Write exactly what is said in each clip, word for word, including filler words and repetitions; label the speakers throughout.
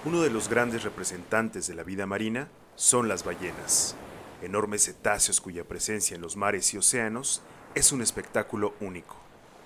Speaker 1: Uno de los grandes representantes de la vida marina son las ballenas, enormes cetáceos cuya presencia en los mares y océanos es un espectáculo único.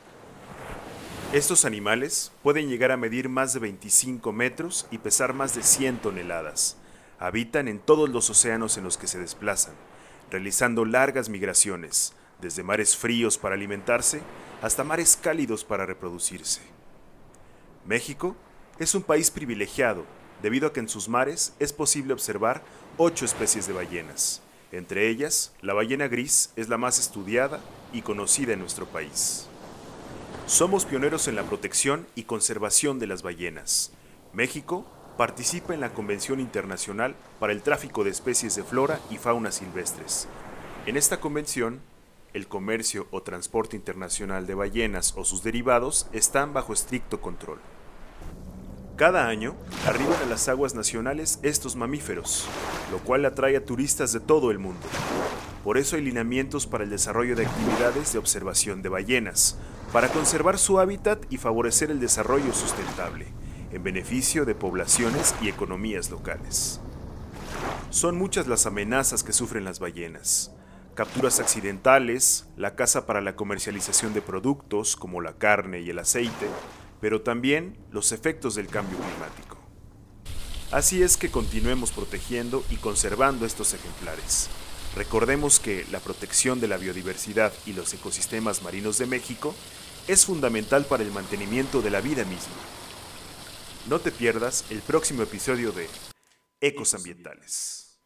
Speaker 1: Estos animales pueden llegar a medir más de veinticinco metros y pesar más de cien toneladas. Habitan en todos los océanos en los que se desplazan, realizando largas migraciones, desde mares fríos para alimentarse hasta mares cálidos para reproducirse. México es un país privilegiado debido a que en sus mares es posible observar ocho especies de ballenas. Entre ellas, la ballena gris es la más estudiada y conocida en nuestro país. Somos pioneros en la protección y conservación de las ballenas. México participa en la Convención Internacional para el Tráfico de Especies de Flora y Fauna Silvestres. En esta convención, el comercio o transporte internacional de ballenas o sus derivados están bajo estricto control. Cada año arriban a las aguas nacionales estos mamíferos, lo cual atrae a turistas de todo el mundo. Por eso hay lineamientos para el desarrollo de actividades de observación de ballenas, para conservar su hábitat y favorecer el desarrollo sustentable, en beneficio de poblaciones y economías locales. Son muchas las amenazas que sufren las ballenas. Capturas accidentales, la caza para la comercialización de productos como la carne y el aceite, pero también los efectos del cambio climático. Así es que continuemos protegiendo y conservando estos ejemplares. Recordemos que la protección de la biodiversidad y los ecosistemas marinos de México es fundamental para el mantenimiento de la vida misma. No te pierdas el próximo episodio de Ecos Ambientales.